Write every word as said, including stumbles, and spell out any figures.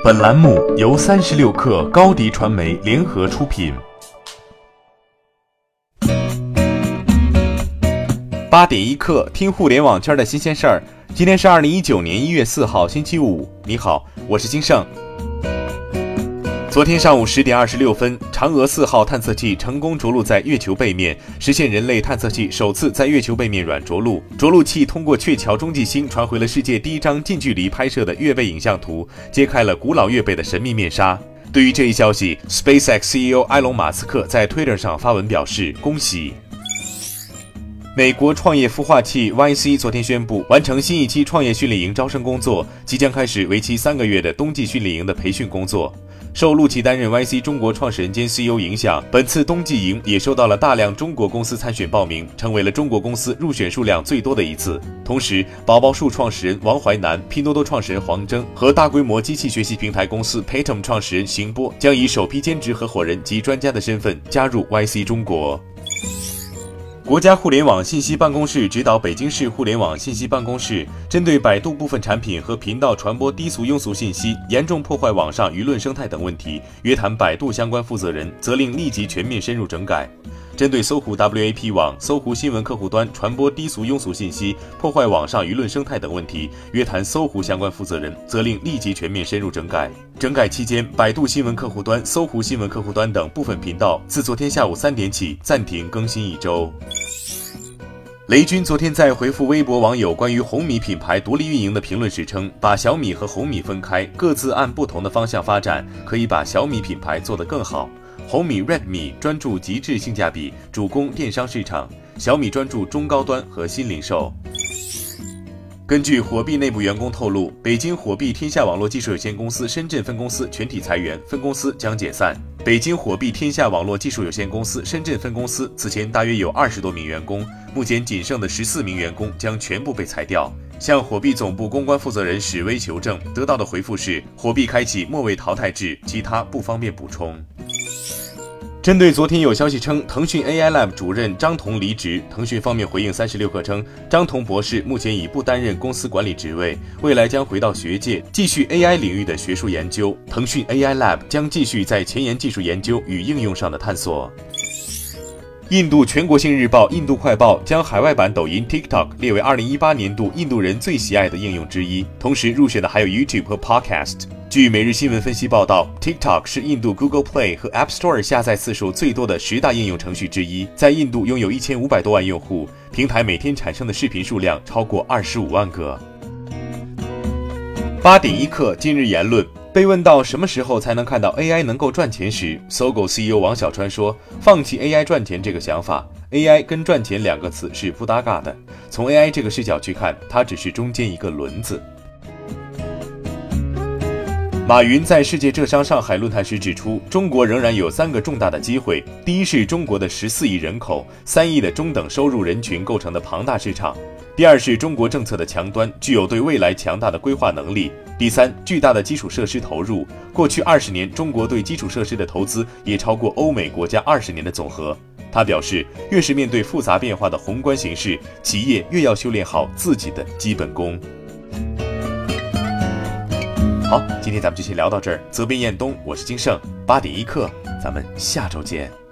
本栏目由三十六氪高迪传媒联合出品。八点一刻，听互联网圈的新鲜事儿。今天是二零一九年一月四号，星期五。你好，我是金盛。昨天上午十点二十六分，嫦娥四号探测器成功着陆在月球背面，实现人类探测器首次在月球背面软着陆。着陆器通过鹊桥中继星传回了世界第一张近距离拍摄的月背影像图，揭开了古老月背的神秘面纱。对于这一消息 ，SpaceX C E O 埃隆·马斯克在 Twitter 上发文表示恭喜。美国创业孵化器 Y C 昨天宣布完成新一期创业训练营招生工作，即将开始为期三个月的冬季训练营的培训工作。受陆琪担任 Y C 中国创始人兼 C E O 影响，本次冬季营也收到了大量中国公司参选报名，成为了中国公司入选数量最多的一次。同时，宝宝树创始人王淮南、拼多多创始人黄峥和大规模机器学习平台公司 Paytom 创始人邢波将以首批兼职合伙人及专家的身份加入 Y C 中国。国家互联网信息办公室指导北京市互联网信息办公室，针对百度部分产品和频道传播低俗庸俗信息，严重破坏网上舆论生态等问题，约谈百度相关负责人，责令立即全面深入整改。针对搜狐 W A P 网、搜狐新闻客户端传播低俗庸俗信息，破坏网上舆论生态等问题，约谈搜狐相关负责人，责令立即全面深入整改。整改期间，百度新闻客户端、搜狐新闻客户端等部分频道自昨天下午三点起暂停更新一周。雷军昨天在回复微博网友关于红米品牌独立运营的评论时称，把小米和红米分开，各自按不同的方向发展，可以把小米品牌做得更好。红米 Redmi 专注极致性价比，主攻电商市场；小米专注中高端和新零售。根据火币内部员工透露，北京火币天下网络技术有限公司深圳分公司全体裁员，分公司将解散。北京火币天下网络技术有限公司深圳分公司此前大约有二十多名员工，目前仅剩的十四名员工将全部被裁掉。向火币总部公关负责人史威求证，得到的回复是火币开启末位淘汰制，其他不方便补充。针对昨天有消息称腾讯 A I Lab 主任张彤离职，腾讯方面回应三十六氪称，张彤博士目前已不担任公司管理职位，未来将回到学界继续 A I 领域的学术研究。腾讯 A I Lab 将继续在前沿技术研究与应用上的探索。印度全国性日报印度快报将海外版抖音 TikTok 列为二零一八年度印度人最喜爱的应用之一，同时入选的还有 YouTube 和 Podcast。据每日新闻分析报道， TikTok 是印度 Google Play 和 App Store 下载次数最多的十大应用程序之一，在印度拥有一千五百多万用户，平台每天产生的视频数量超过二十五万个。八点一刻，今日言论。被问到什么时候才能看到 A I 能够赚钱时，搜狗 C E O 王小川说，放弃 A I 赚钱这个想法， A I 跟赚钱两个词是不搭嘎的，从 A I 这个视角去看，它只是中间一个轮子。马云在世界浙商上海论坛时指出，中国仍然有三个重大的机会。第一是中国的十四亿人口、三亿的中等收入人群构成的庞大市场；第二是中国政策的强端，具有对未来强大的规划能力；第三，巨大的基础设施投入。过去二十年，中国对基础设施的投资也超过欧美国家二十年的总和。他表示，越是面对复杂变化的宏观形势，企业越要修炼好自己的基本功。好，今天咱们就先聊到这儿。责编彦东，我是金盛，八点一刻，咱们下周见。